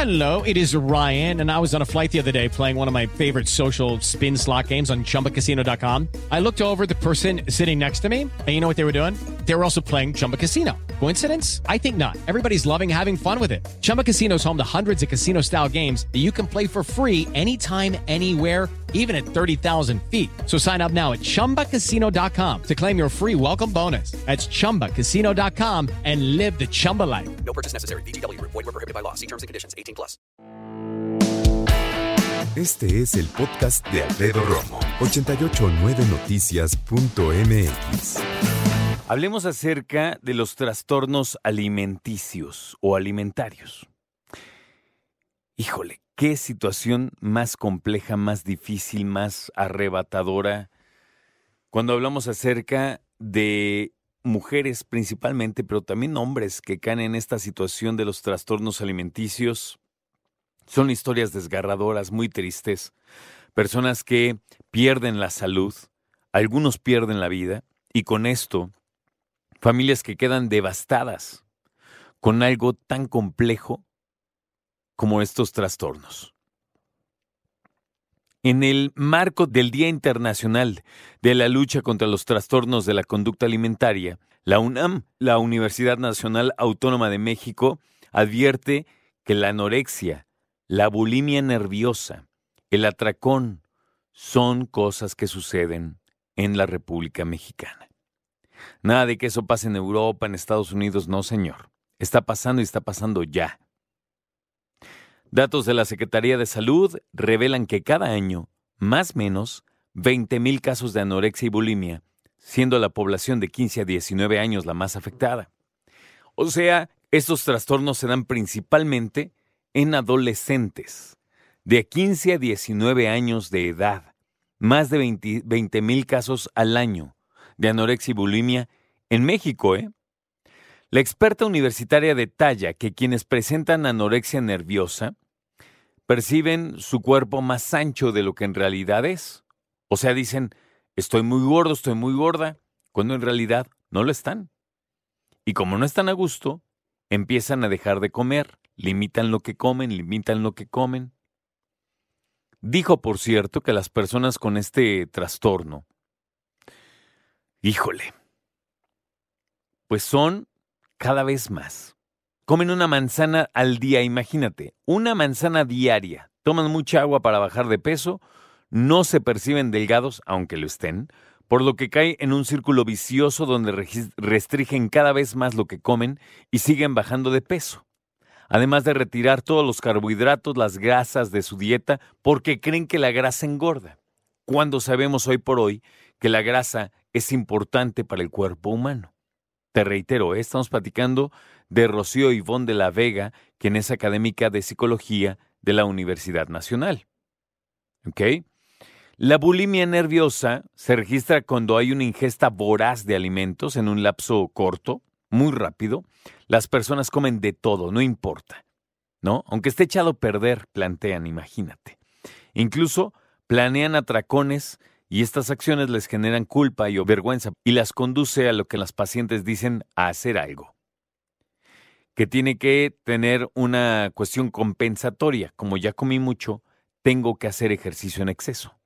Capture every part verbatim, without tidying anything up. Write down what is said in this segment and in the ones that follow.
Hello, it is Ryan, and I was on a flight the other day playing one of my favorite social spin slot games on Chumba Casino dot com. I looked over at the person sitting next to me, and you know what they were doing? They were also playing Chumba Casino. Coincidence? I think not. Everybody's loving having fun with it. Chumba Casino is home to hundreds of casino-style games that you can play for free anytime, anywhere, even at thirty thousand feet. So sign up now at Chumba Casino dot com to claim your free welcome bonus. That's Chumba Casino dot com and live the Chumba life. No purchase necessary. V G W. Void where prohibited by law. See terms and conditions. eighteen plus. Este es el podcast de Alfredo Romo. ochenta y ocho nueve noticias punto m x. Hablemos acerca de los trastornos alimenticios o alimentarios. Híjole, qué situación más compleja, más difícil, más arrebatadora. Cuando hablamos acerca de mujeres principalmente, pero también hombres que caen en esta situación de los trastornos alimenticios, son historias desgarradoras, muy tristes. Personas que pierden la salud, algunos pierden la vida, y con esto, familias que quedan devastadas con algo tan complejo como estos trastornos. En el marco del Día Internacional de la Lucha contra los Trastornos de la Conducta Alimentaria, la UNAM, la Universidad Nacional Autónoma de México, advierte que la anorexia, la bulimia nerviosa, el atracón, son cosas que suceden en la República Mexicana. Nada de que eso pase en Europa, en Estados Unidos, no señor. Está pasando y está pasando ya. Datos de la Secretaría de Salud revelan que cada año, más o menos, veinte mil casos de anorexia y bulimia, siendo la población de quince a diecinueve años la más afectada. O sea, estos trastornos se dan principalmente en adolescentes, de quince a diecinueve años de edad, más de veinte mil casos al año de anorexia y bulimia en México, ¿eh? La experta universitaria detalla que quienes presentan anorexia nerviosa perciben su cuerpo más ancho de lo que en realidad es. O sea, dicen, estoy muy gordo, estoy muy gorda, cuando en realidad no lo están. Y como no están a gusto, empiezan a dejar de comer, limitan lo que comen, limitan lo que comen. Dijo, por cierto, que las personas con este trastorno, híjole, pues son cada vez más. Comen una manzana al día, imagínate, una manzana diaria. Toman mucha agua para bajar de peso, no se perciben delgados, aunque lo estén, por lo que cae en un círculo vicioso donde restringen cada vez más lo que comen y siguen bajando de peso. Además de retirar todos los carbohidratos, las grasas de su dieta, porque creen que la grasa engorda, cuando sabemos hoy por hoy que la grasa es importante para el cuerpo humano. Te reitero, ¿eh? Estamos platicando de Rocío Ivonne de la Vega, quien es académica de psicología de la Universidad Nacional. ¿Ok? La bulimia nerviosa se registra cuando hay una ingesta voraz de alimentos en un lapso corto, muy rápido. Las personas comen de todo, no importa, ¿no? Aunque esté echado a perder, plantean, imagínate. Incluso planean atracones y estas acciones les generan culpa y o vergüenza y las conduce a lo que las pacientes dicen a hacer algo, que tiene que tener una cuestión compensatoria. Como ya comí mucho, tengo que hacer ejercicio en exceso.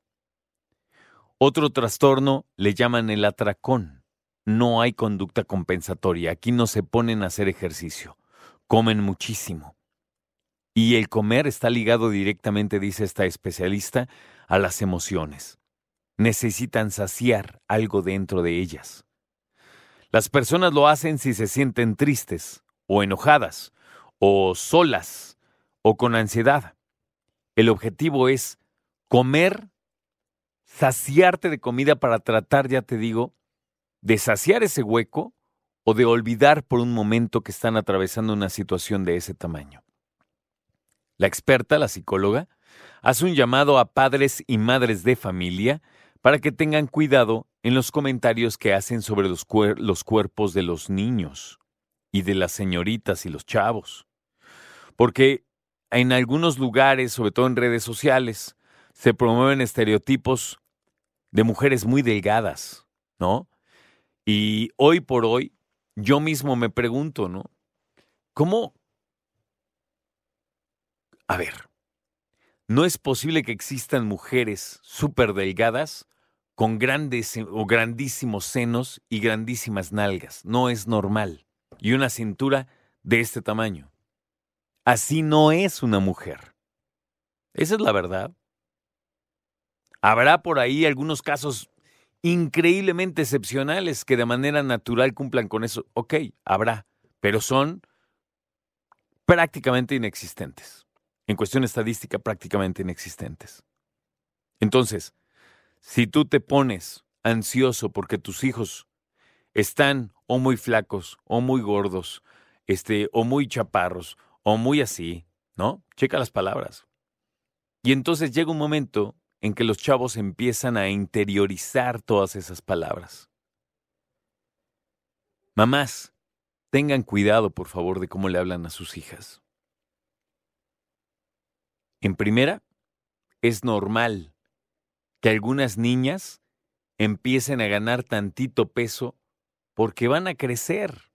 Otro trastorno le llaman el atracón. No hay conducta compensatoria. Aquí no se ponen a hacer ejercicio. Comen muchísimo. Y el comer está ligado directamente, dice esta especialista, a las emociones. Necesitan saciar algo dentro de ellas. Las personas lo hacen si se sienten tristes, o enojadas, o solas, o con ansiedad. El objetivo es comer, saciarte de comida para tratar, ya te digo, de saciar ese hueco o de olvidar por un momento que están atravesando una situación de ese tamaño. La experta, la psicóloga, hace un llamado a padres y madres de familia para que tengan cuidado en los comentarios que hacen sobre los, cuer- los cuerpos de los niños y de las señoritas y los chavos. Porque en algunos lugares, sobre todo en redes sociales, se promueven estereotipos de mujeres muy delgadas, ¿no? Y hoy por hoy, yo mismo me pregunto, ¿no? ¿Cómo? A ver, no es posible que existan mujeres súper delgadas con grandes o grandísimos senos y grandísimas nalgas. No es normal. Y una cintura de este tamaño. Así no es una mujer. Esa es la verdad. Habrá por ahí algunos casos increíblemente excepcionales que de manera natural cumplan con eso. Ok, habrá, pero son prácticamente inexistentes. En cuestión estadística, prácticamente inexistentes. Entonces, si tú te pones ansioso porque tus hijos están o muy flacos, o muy gordos, este, o muy chaparros, o muy así, ¿no? Checa las palabras. Y entonces llega un momento en que los chavos empiezan a interiorizar todas esas palabras. Mamás, tengan cuidado, por favor, de cómo le hablan a sus hijas. En primera, es normal que algunas niñas empiecen a ganar tantito peso porque van a crecer.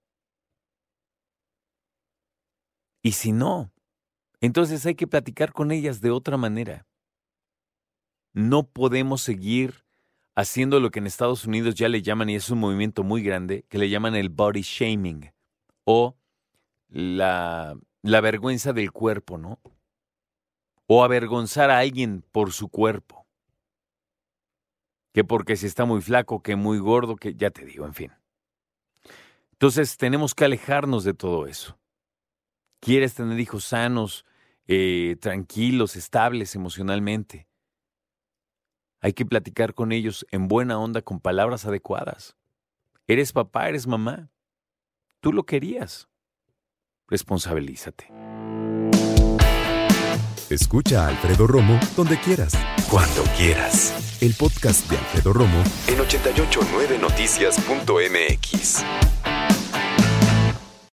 Y si no, entonces hay que platicar con ellas de otra manera. No podemos seguir haciendo lo que en Estados Unidos ya le llaman, y es un movimiento muy grande, que le llaman el body shaming o la, la vergüenza del cuerpo, ¿no? O avergonzar a alguien por su cuerpo. Que porque si está muy flaco, que muy gordo, que ya te digo, en fin. Entonces tenemos que alejarnos de todo eso. ¿Quieres tener hijos sanos, eh, tranquilos, estables emocionalmente? Hay que platicar con ellos en buena onda con palabras adecuadas. Eres papá, eres mamá. Tú lo querías. Responsabilízate. Escucha a Alfredo Romo donde quieras, cuando quieras. El podcast de Alfredo Romo en ochenta y ocho punto nueve noticias punto m x.